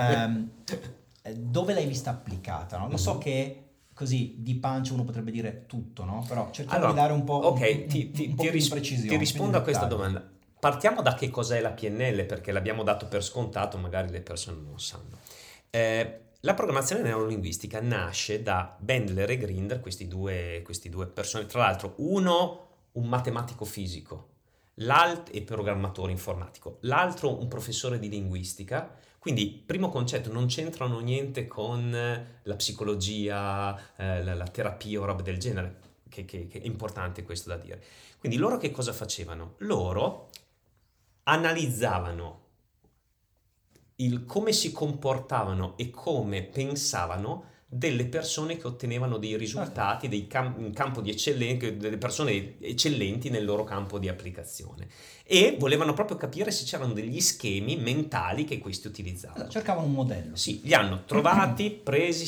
Dove l'hai vista applicata? No? Lo so che così di pancia uno potrebbe dire tutto, no? Però cerchiamo di dare un po', un po' di precisione. Ti rispondo a questa domanda. Partiamo da che cos'è la PNL, perché l'abbiamo dato per scontato, magari le persone non lo sanno. La programmazione neurolinguistica nasce da Bandler e Grinder, questi due persone, tra l'altro uno un matematico fisico, l'altro e programmatore informatico, l'altro un professore di linguistica. Quindi, primo concetto, non c'entrano niente con la psicologia, la terapia o roba del genere, che è importante questo da dire. Quindi loro che cosa facevano? Loro analizzavano come si comportavano e come pensavano delle persone che ottenevano dei risultati, in campo di eccellenza, delle persone eccellenti nel loro campo di applicazione, e volevano proprio capire se c'erano degli schemi mentali che questi utilizzavano. Cercavano un modello. Sì, li hanno trovati, presi,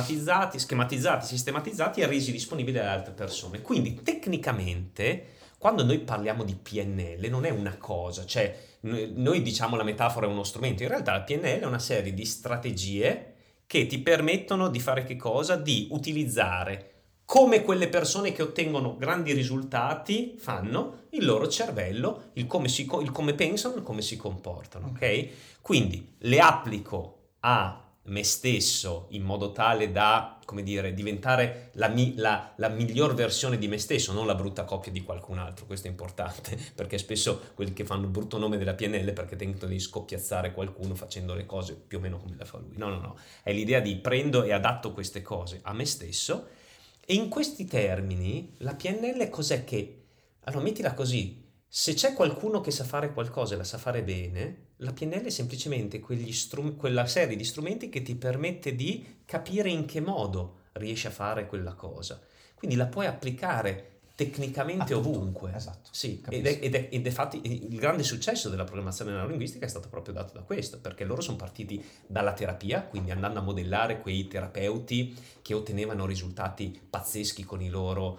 schematizzati e resi disponibili alle altre persone. Quindi tecnicamente, quando noi parliamo di PNL, non è una cosa, cioè noi diciamo la metafora è uno strumento, in realtà la PNL è una serie di strategie che ti permettono di fare che cosa? Di utilizzare, come quelle persone che ottengono grandi risultati fanno, il loro cervello, il come pensano, il come si comportano, ok? Quindi le applico a me stesso in modo tale da, come dire, diventare la miglior versione di me stesso, non la brutta copia di qualcun altro. Questo è importante, perché spesso quelli che fanno il brutto nome della PNL perché tentano di scoppiazzare qualcuno facendo le cose più o meno come le fa lui. No, è l'idea di prendo e adatto queste cose a me stesso, e in questi termini la PNL cos'è che, allora mettila così, se c'è qualcuno che sa fare qualcosa e la sa fare bene, la PNL è semplicemente quella serie di strumenti che ti permette di capire in che modo riesci a fare quella cosa. Quindi la puoi applicare tecnicamente ovunque. Esatto. Sì, ed è infatti il grande successo della programmazione neurolinguistica è stato proprio dato da questo, perché loro sono partiti dalla terapia, quindi andando a modellare quei terapeuti che ottenevano risultati pazzeschi con i loro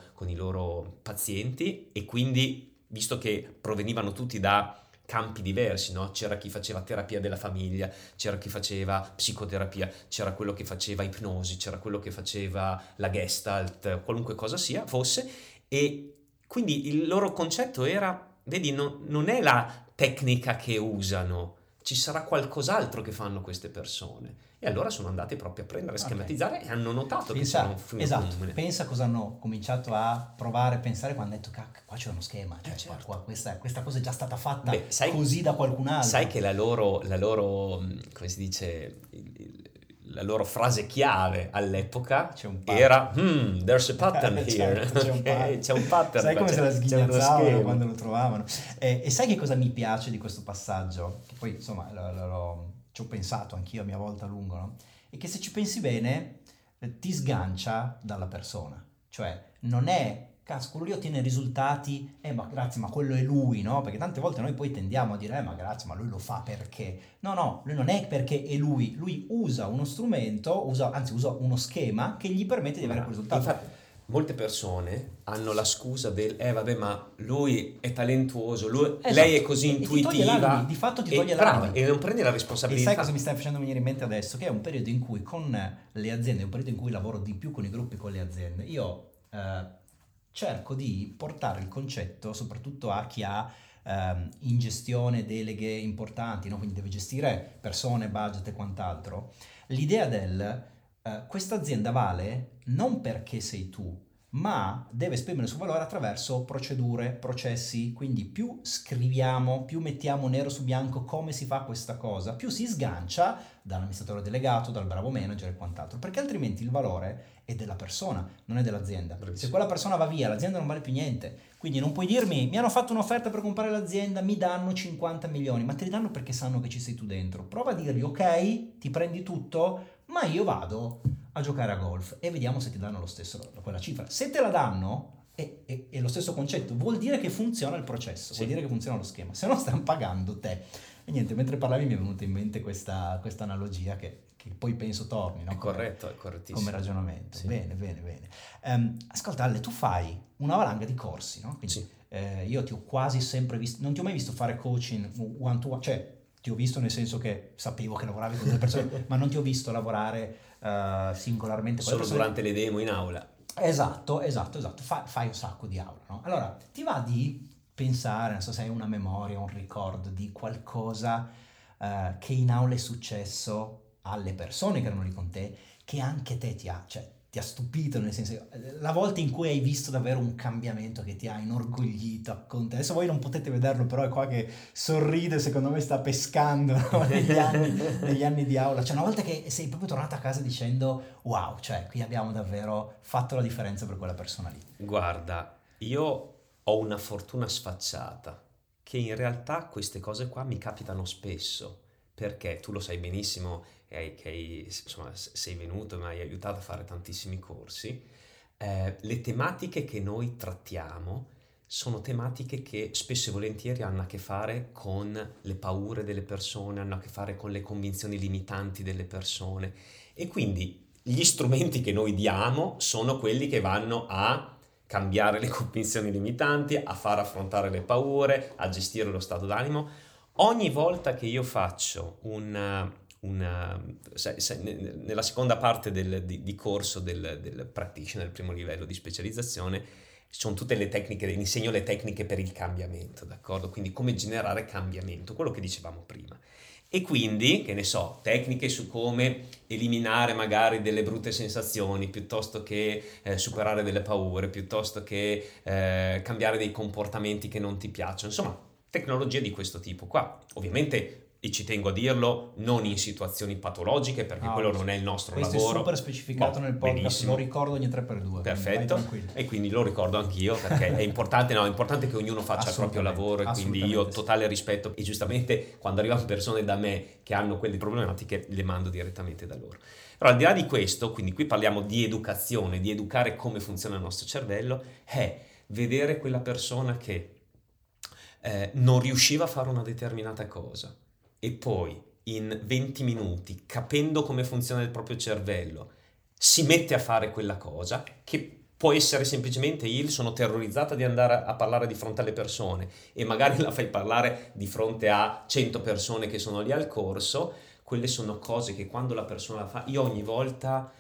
pazienti, e quindi, visto che provenivano tutti da campi diversi, no? C'era chi faceva terapia della famiglia, c'era chi faceva psicoterapia, c'era quello che faceva ipnosi, c'era quello che faceva la Gestalt, qualunque cosa sia fosse, e quindi il loro concetto era, vedi, non è la tecnica che usano, ci sarà qualcos'altro che fanno queste persone. E allora sono andati proprio a prendere, a schematizzare, e hanno notato che c'era un fine comune. Pensa cosa hanno cominciato a provare, a pensare quando hanno detto, qua c'è uno schema, cioè certo. qua questa cosa è già stata fatta così da qualcun altro. Sai che la loro come si dice, la loro frase chiave all'epoca era there's a pattern here. C'è un pattern. Sai come se la sghignazzavano quando lo trovavano. E sai che cosa mi piace di questo passaggio? Che poi insomma ci ho pensato anch'io a mia volta a lungo, no? E che se ci pensi bene ti sgancia dalla persona. Cioè non è quello lì ottiene risultati, ma grazie, ma quello è lui, no? Perché tante volte noi poi tendiamo a dire, ma grazie, ma lui lo fa perché? No, lui non è perché è lui usa uno strumento, usa uno schema che gli permette di avere quel risultato. Infatti, molte persone hanno la scusa del vabbè, ma lui è talentuoso, Esatto. lei è così E ti toglie l'alibi, intuitiva, di fatto ti e toglie brava, l'alibi. e non prendi la E responsabilità. sai cosa mi stai facendo venire in mente adesso? Che è un periodo in cui con le aziende, è un periodo in cui lavoro di più con i gruppi, con le aziende, io cerco di portare il concetto soprattutto a chi ha in gestione deleghe importanti, no? Quindi deve gestire persone, budget e quant'altro. L'idea del questa azienda vale non perché sei tu, ma deve esprimere il suo valore attraverso procedure, processi, quindi più scriviamo, più mettiamo nero su bianco come si fa questa cosa, più si sgancia dall'amministratore delegato, dal bravo manager e quant'altro, perché altrimenti il valore è della persona, non è dell'azienda. Bravissimo. Se quella persona va via, l'azienda non vale più niente, quindi non puoi dirmi mi hanno fatto un'offerta per comprare l'azienda, mi danno 50 milioni, ma te li danno perché sanno che ci sei tu dentro. Prova a dirgli ok, ti prendi tutto, ma io vado a giocare a golf e vediamo se ti danno lo stesso, quella cifra. Se te la danno è lo stesso concetto, vuol dire che funziona il processo, vuol dire che funziona lo schema, se no stanno pagando te. E niente, mentre parlavi mi è venuta in mente questa analogia che poi penso torni, no? È corretto, è correttissimo. Come ragionamento. Sì. Bene. Ascolta Ale, tu fai una valanga di corsi, no? Quindi, Sì. io ti ho quasi sempre visto, non ti ho mai visto fare coaching one to one, cioè ti ho visto nel senso che sapevo che lavoravi con delle persone, ma non ti ho visto lavorare singolarmente con le Solo persone. durante le demo in aula. Esatto. Fai un sacco di aula, no? Allora, ti va di pensare, non so se hai una memoria, un ricordo di qualcosa che in aula è successo alle persone che erano lì con te, che anche te ti ha stupito, nel senso, la volta in cui hai visto davvero un cambiamento che ti ha inorgoglito con te. Adesso voi non potete vederlo, però è qua che sorride, secondo me sta pescando, no? negli anni di aula. Cioè una volta che sei proprio tornato a casa dicendo wow, cioè qui abbiamo davvero fatto la differenza per quella persona lì. Guarda, io ho una fortuna sfacciata, che in realtà queste cose qua mi capitano spesso, perché tu lo sai benissimo, insomma, sei venuto e mi hai aiutato a fare tantissimi corsi. Le tematiche che noi trattiamo sono tematiche che spesso e volentieri hanno a che fare con le paure delle persone, hanno a che fare con le convinzioni limitanti delle persone, e quindi gli strumenti che noi diamo sono quelli che vanno a cambiare le convinzioni limitanti, a far affrontare le paure, a gestire lo stato d'animo. Ogni volta che io faccio nella seconda parte di corso del practitioner, del primo livello di specializzazione, sono tutte le tecniche, insegno le tecniche per il cambiamento, d'accordo? Quindi come generare cambiamento, quello che dicevamo prima. E quindi, che ne so, tecniche su come eliminare magari delle brutte sensazioni, piuttosto che superare delle paure, piuttosto che cambiare dei comportamenti che non ti piacciono, insomma, tecnologie di questo tipo qua. Ovviamente, e ci tengo a dirlo, non in situazioni patologiche, perché quello non è il nostro questo lavoro. Questo è super specificato nel podcast, benissimo. Lo ricordo ogni 3x2. Perfetto, e quindi lo ricordo anch'io, perché è importante, è importante che ognuno faccia il proprio lavoro, e quindi io ho totale rispetto, e giustamente quando arrivano persone da me che hanno quelle problematiche le mando direttamente da loro. Però al di là di questo, quindi qui parliamo di educazione, di educare come funziona il nostro cervello, è vedere quella persona che non riusciva a fare una determinata cosa, e poi in 20 minuti, capendo come funziona il proprio cervello, si mette a fare quella cosa, che può essere semplicemente sono terrorizzata di andare a parlare di fronte alle persone, e magari la fai parlare di fronte a 100 persone che sono lì al corso. Quelle sono cose che quando la persona la fa, io ogni volta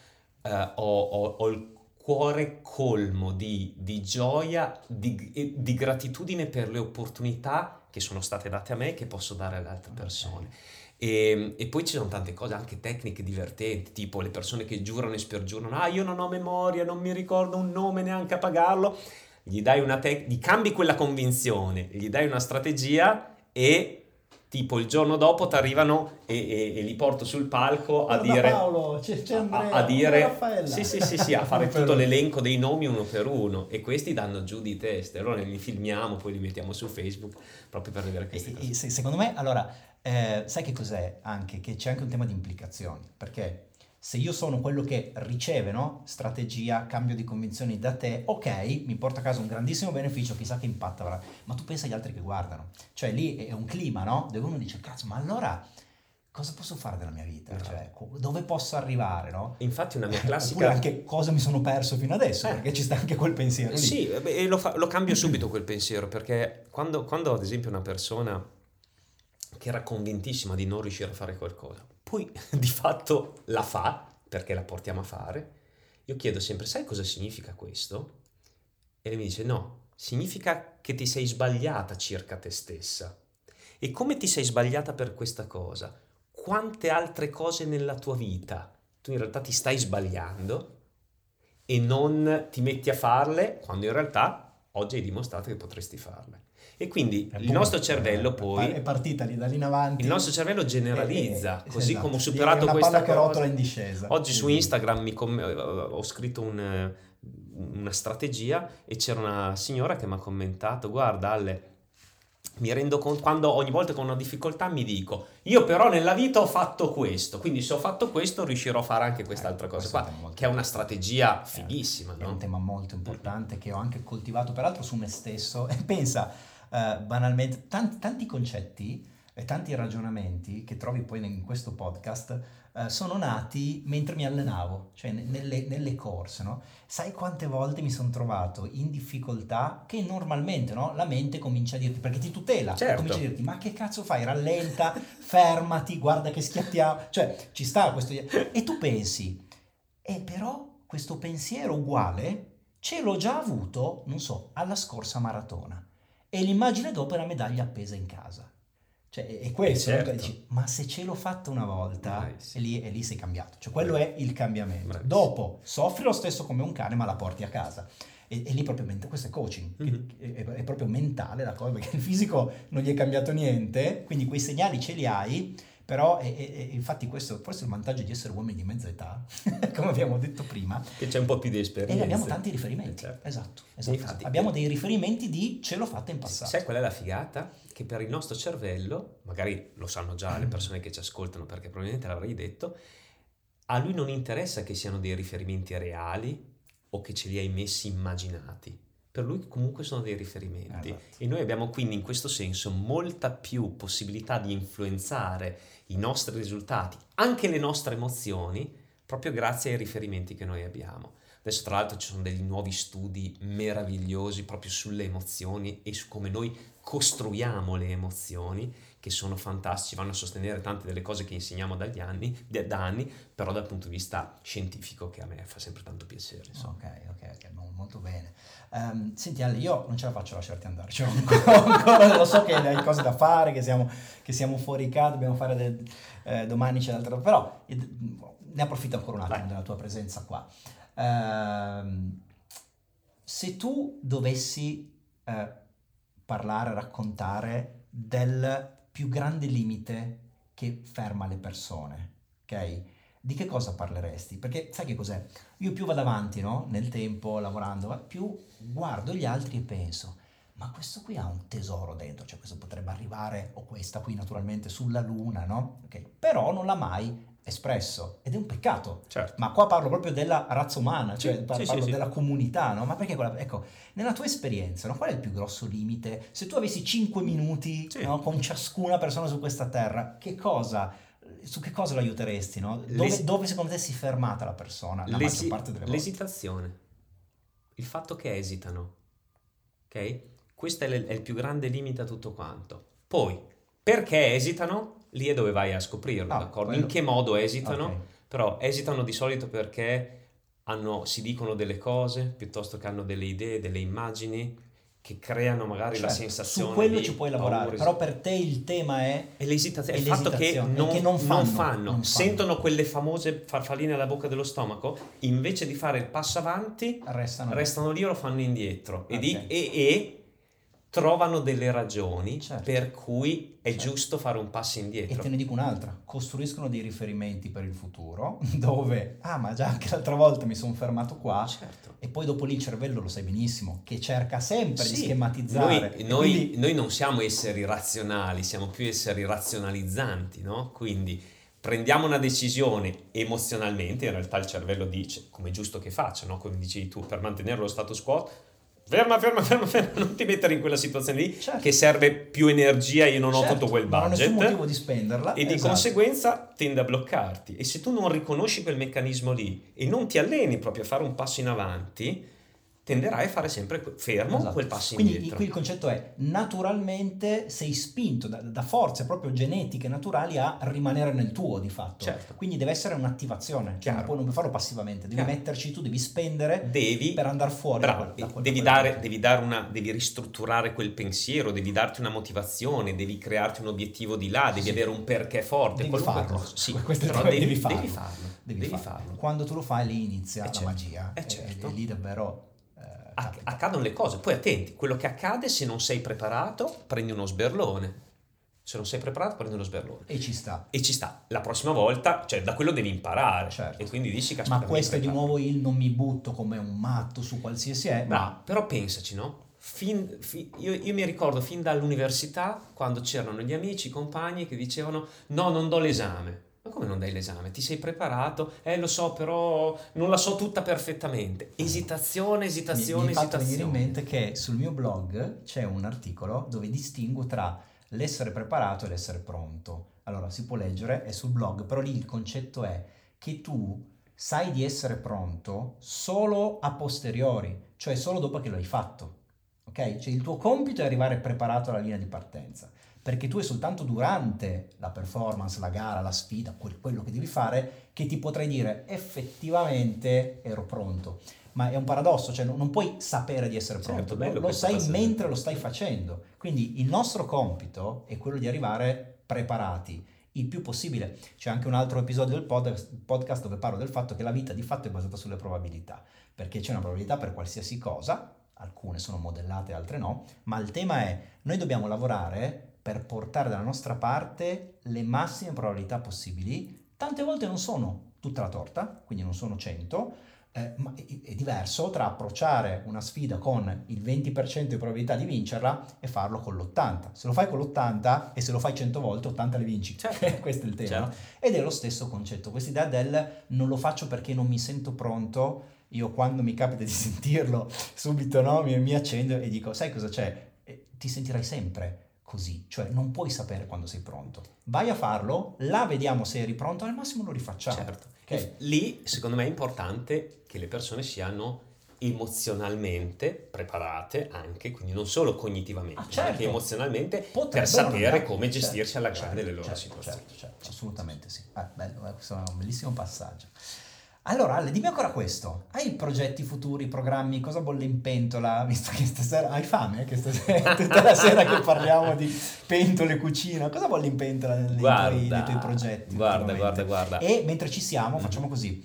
ho il cuore colmo di gioia, di gratitudine per le opportunità che sono state date a me e che posso dare alle altre persone. E poi ci sono tante cose, anche tecniche divertenti, tipo le persone che giurano e spergiurano, io non ho memoria, non mi ricordo un nome neanche a pagarlo. Gli dai gli cambi quella convinzione, gli dai una strategia, e tipo il giorno dopo ti arrivano e li porto sul palco a dire Paolo, c'è Andrea, a dire Raffaella. sì, a fare tutto l'elenco dei nomi uno per uno, e questi danno giù di testa. Allora li filmiamo, poi li mettiamo su Facebook proprio per vedere queste cose. Secondo me, allora, sai che cos'è anche? Che c'è anche un tema di implicazioni, perché se io sono quello che riceve, no? Strategia, cambio di convinzioni da te, ok, mi porta a casa un grandissimo beneficio, chissà che impatto avrà, ma tu pensa agli altri che guardano, cioè lì è un clima, no? Dove uno dice, cazzo, ma allora cosa posso fare della mia vita? Bravo. Cioè, dove posso arrivare, no? Infatti una mia Oppure classica... anche cosa mi sono perso fino adesso, perché ci sta anche quel pensiero lì. Sì, e lo cambio subito quel pensiero, perché quando ad esempio una persona che era convintissima di non riuscire a fare qualcosa, poi di fatto la fa, perché la portiamo a fare, io chiedo sempre, sai cosa significa questo? E lei mi dice, no, significa che ti sei sbagliata circa te stessa. E come ti sei sbagliata per questa cosa? Quante altre cose nella tua vita tu in realtà ti stai sbagliando e non ti metti a farle quando in realtà oggi hai dimostrato che potresti farle. E quindi il nostro cervello poi... È partita lì da lì in avanti. Il nostro cervello generalizza, così esatto. come ho superato una questa palla che cosa. rotola in discesa. Oggi su Instagram ho scritto una strategia e c'era una signora che mi ha commentato, guarda Ale, mi rendo conto, quando ogni volta che ho una difficoltà mi dico, io però nella vita ho fatto questo, quindi se ho fatto questo riuscirò a fare anche quest'altra cosa qua, che è una strategia fighissima, È no? un tema molto importante che ho anche coltivato peraltro su me stesso e pensa banalmente tanti concetti e tanti ragionamenti che trovi poi in questo podcast sono nati mentre mi allenavo, cioè nelle corse, no? Sai quante volte mi sono trovato in difficoltà che normalmente, no? La mente comincia a dirti, perché ti tutela, Certo. comincia a dirti, ma che cazzo fai? Rallenta, fermati, guarda che schiattiamo, cioè ci sta questo... E tu pensi, però questo pensiero uguale ce l'ho già avuto, non so, alla scorsa maratona. E l'immagine dopo è la medaglia appesa in casa. Cioè, è questo, certo. Dici, ma se ce l'ho fatta una volta, Bravissimo. e lì sei cambiato. Cioè, quello è il cambiamento. Bravissimo. Dopo, soffri lo stesso come un cane, ma la porti a casa. E lì proprio, questo è coaching, Mhm. è proprio mentale la cosa, perché il fisico non gli è cambiato niente, quindi quei segnali ce li hai, però infatti questo forse è il vantaggio di essere uomini di mezza età, come abbiamo detto prima, Che c'è un po' più di esperienza. e abbiamo tanti riferimenti. Certo. Esatto. Infatti, Abbiamo dei riferimenti di ce l'ho fatta in passato. sai qual è la figata? Che per il nostro cervello, magari lo sanno già le persone che ci ascoltano perché probabilmente l'avrai detto, a lui non interessa che siano dei riferimenti reali o che ce li hai messi immaginati. Per lui comunque sono dei riferimenti. Esatto. E noi abbiamo quindi in questo senso molta più possibilità di influenzare i nostri risultati, anche le nostre emozioni, proprio grazie ai riferimenti che noi abbiamo. Adesso tra l'altro ci sono degli nuovi studi meravigliosi proprio sulle emozioni e su come noi costruiamo le emozioni, che sono fantastici, vanno a sostenere tante delle cose che insegniamo da anni, però dal punto di vista scientifico, che a me fa sempre tanto piacere. Insomma. Ok, molto bene. Senti Ale, io non ce la faccio a lasciarti andare, cioè, ancora lo so che hai cose da fare, che siamo fuori casa, dobbiamo fare domani c'è l'altra, però ne approfitto ancora un attimo della tua presenza qua. Se tu dovessi parlare, raccontare del più grande limite che ferma le persone, ok? Di che cosa parleresti? Perché sai che cos'è? Io più vado avanti, no? Nel tempo, lavorando, più guardo gli altri e penso, ma questo qui ha un tesoro dentro, cioè questo potrebbe arrivare, o questa qui naturalmente, sulla luna, no? Okay. Però non l'ha mai espresso, ed è un peccato. Certo. Ma qua parlo proprio della razza umana, cioè Sì, parlo sì. della comunità, no? Ma perché ecco, nella tua esperienza, no? Qual è il più grosso limite? Se tu avessi 5 minuti, no? Con ciascuna persona su questa terra, su che cosa lo aiuteresti, no? Dove secondo te si è fermata la persona la maggior parte delle volte? L'esitazione, il fatto che esitano, ok? Questo è il più grande limite a tutto quanto. Poi, perché esitano? Lì è dove vai a scoprirlo, d'accordo? Quello... In che modo esitano? Okay. Però esitano di solito perché si dicono delle cose piuttosto che hanno delle idee, delle immagini che creano magari la sensazione su quello di ci puoi lavorare, però per te il tema è l'esitazione, il fatto che non fanno. Sentono quelle famose farfalline alla bocca dello stomaco, invece di fare il passo avanti restano lì o lo fanno indietro. Okay. E trovano delle ragioni certo. per cui è giusto fare un passo indietro. E te ne dico un'altra, costruiscono dei riferimenti per il futuro dove, ma già anche l'altra volta mi sono fermato qua, certo. E poi dopo lì il cervello, lo sai benissimo, che cerca sempre di schematizzare. Noi non siamo esseri razionali, siamo più esseri razionalizzanti, no? Quindi prendiamo una decisione emozionalmente, in realtà il cervello dice, come è giusto che faccia, no? Come dicevi tu, per mantenere lo status quo ferma, non ti mettere in quella situazione lì, Certo. che serve più energia, io non ho Certo, tutto quel non ho nessun budget, motivo di spenderla, e di esatto. conseguenza tende a bloccarti. E se tu non riconosci quel meccanismo lì e non ti alleni proprio a fare un passo in avanti, tenderai a fare sempre fermo Esatto. quel passo Quindi indietro. qui il concetto è: naturalmente sei spinto da forze proprio genetiche naturali a rimanere nel tuo, di fatto. Certo. Quindi deve essere un'attivazione, cioè Chiaro. non puoi farlo passivamente, devi Chiaro. metterci tu, devi spendere Devi, per andare fuori bravo, da quel- devi da quella dare, parte. devi ristrutturare quel pensiero, devi darti una motivazione, devi crearti un obiettivo di là, devi Sì. avere un perché forte, Devi qualunque farlo. cosa. Sì, Questo è il però problema, devi devi farlo. Devi Devi farlo. farlo. Quando tu lo fai, lì inizia la certo, magia. certo. E lì davvero capita. Accadono le cose, poi attenti, quello che accade, se non sei preparato, prendi uno sberlone. Se non sei preparato, prendi uno sberlone. E ci sta. E ci sta. La prossima volta, cioè da quello devi imparare. Certo. E quindi dici, caspita, Ma questo è di mi preparo. nuovo il non mi butto come un matto su qualsiasi è, ma Però pensaci, no? Io mi ricordo fin dall'università, quando c'erano gli amici, i compagni che dicevano no, non do l'esame. Ma come non dai l'esame? Ti sei preparato? Lo so, però non la so tutta perfettamente. Esitazione. mi hai fatto venire in mente che sul mio blog c'è un articolo dove distingo tra l'essere preparato e l'essere pronto. Allora, si può leggere, è sul blog, però lì il concetto è che tu sai di essere pronto solo a posteriori, cioè solo dopo che lo hai fatto. Ok? Cioè il tuo compito è arrivare preparato alla linea di partenza, perché tu è soltanto durante la performance, la gara, la sfida, quello che devi fare, che ti potrai dire effettivamente ero pronto. Ma è un paradosso, cioè non puoi sapere di essere Certo, pronto, bello lo questo sai passaggio. mentre lo stai facendo. Quindi il nostro compito è quello di arrivare preparati il più possibile. C'è anche un altro episodio del podcast dove parlo del fatto che la vita di fatto è basata sulle probabilità, perché c'è una probabilità per qualsiasi cosa, alcune sono modellate, altre no, ma il tema è: noi dobbiamo lavorare per portare dalla nostra parte le massime probabilità possibili. Tante volte non sono tutta la torta, quindi non sono 100, ma è diverso tra approcciare una sfida con il 20% di probabilità di vincerla e farlo con l'80%. Se lo fai con l'80 e se lo fai 100 volte, 80 le vinci. Certo. Questo è il tema. Certo. Ed è lo stesso concetto, questa idea del non lo faccio perché non mi sento pronto. Io quando mi capita di sentirlo subito, no, mi accendo e dico: sai cosa c'è? Ti sentirai sempre così, cioè non puoi sapere quando sei pronto. Vai a farlo, là vediamo se eri pronto, al massimo lo rifacciamo. Certo. Ok? Lì, secondo me, è importante che le persone siano emozionalmente preparate anche, quindi non solo cognitivamente, ma certo. anche emozionalmente, per Potrebbero sapere andare. come gestirsi alla Certo, grande le loro certo, situazioni. certo, assolutamente sì. Bello, questo è un bellissimo passaggio. Allora, Ale, dimmi ancora questo: hai progetti futuri, programmi, cosa bolle in pentola? Visto che stasera hai fame, che stasera, tutta la sera che parliamo di pentole, cucina, cosa bolle in pentola nei tuoi progetti? Guarda. E mentre ci siamo, facciamo così.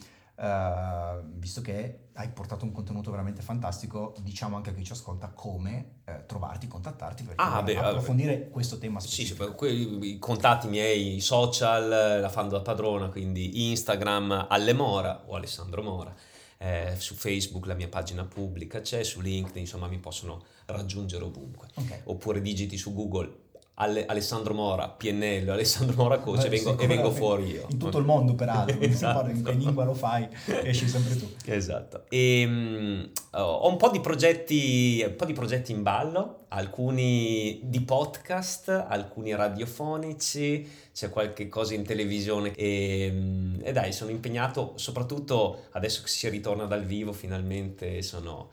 Visto che hai portato un contenuto veramente fantastico, diciamo anche a chi ci ascolta come trovarti, contattarti per approfondire questo tema specifico. Sì, i contatti miei, i social, la fanno da padrona, quindi Instagram Alle Mora o Alessandro Mora, su Facebook la mia pagina pubblica c'è, su LinkedIn, insomma mi possono raggiungere ovunque. Okay. Oppure digiti su Google Alessandro Mora, PNL, Alessandro Mora Coach, e vengo fuori io. In tutto il mondo, peraltro, Esatto. In che lingua lo fai, esci sempre tu. Esatto. E ho un po' di progetti in ballo, alcuni di podcast, alcuni radiofonici, c'è qualche cosa in televisione e dai, sono impegnato, soprattutto adesso che si ritorna dal vivo finalmente, sono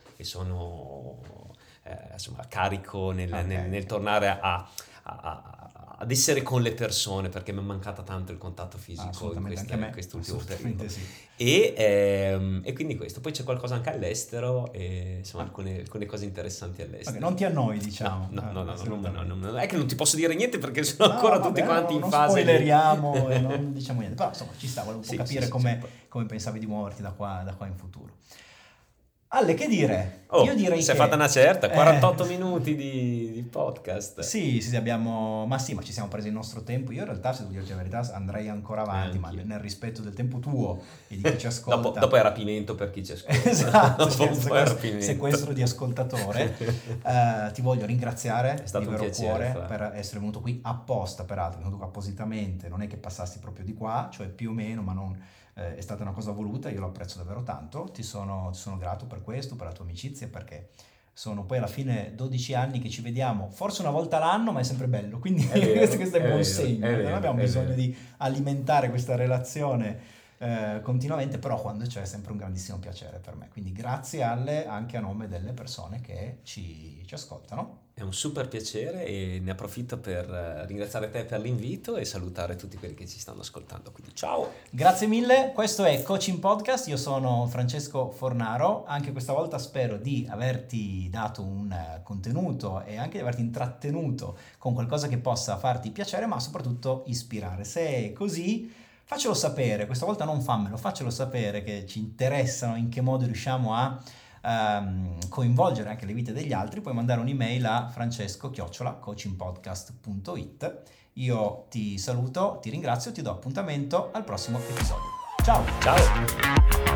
insomma carico nel tornare ad essere con le persone, perché mi è mancata tanto il contatto fisico in quest'ultimo periodo. Sì. E quindi questo, poi c'è qualcosa anche all'estero e insomma alcune cose interessanti all'estero. Okay, non ti annoi, diciamo. No, è che non ti posso dire niente perché sono ancora tutti quanti in fase. Non spoileriamo e non diciamo niente, però insomma ci sta, volevo un po' capire sì. come pensavi di muoverti da qua in futuro. Alle, che dire? Io direi si è fatta una certa, 48 minuti di podcast. Sì, abbiamo, ma ci siamo presi il nostro tempo. Io in realtà, se devo dirti la verità, andrei ancora avanti, ma nel rispetto del tempo tuo e di chi ci ascolta. Dopo è rapimento per chi ci ascolta. Esatto, sequestro di ascoltatore. Ti voglio ringraziare di vero cuore per essere venuto qui apposta, peraltro, venuto qua appositamente, non è che passassi proprio di qua, cioè più o meno, ma non... è stata una cosa voluta, io lo apprezzo davvero tanto, ti sono grato per questo, per la tua amicizia, perché sono poi alla fine 12 anni che ci vediamo, forse una volta l'anno, ma è sempre bello, quindi vero, questo è è buon vero, segno, è non vero, abbiamo è bisogno vero. di alimentare questa relazione continuamente, però quando c'è è sempre un grandissimo piacere per me, quindi grazie alle, anche a nome delle persone che ci ascoltano. È un super piacere e ne approfitto per ringraziare te per l'invito e salutare tutti quelli che ci stanno ascoltando. Quindi ciao! Grazie mille, questo è Coaching Podcast, io sono Francesco Fornaro, anche questa volta spero di averti dato un contenuto e anche di averti intrattenuto con qualcosa che possa farti piacere, ma soprattutto ispirare. Se è così, faccelo sapere, questa volta non fammelo, faccelo sapere che ci interessano, in che modo riusciamo a coinvolgere anche le vite degli altri. Puoi mandare un'email a francesco@coachingpodcast.it. Io ti saluto, ti ringrazio, ti do appuntamento al prossimo episodio. Ciao! Ciao!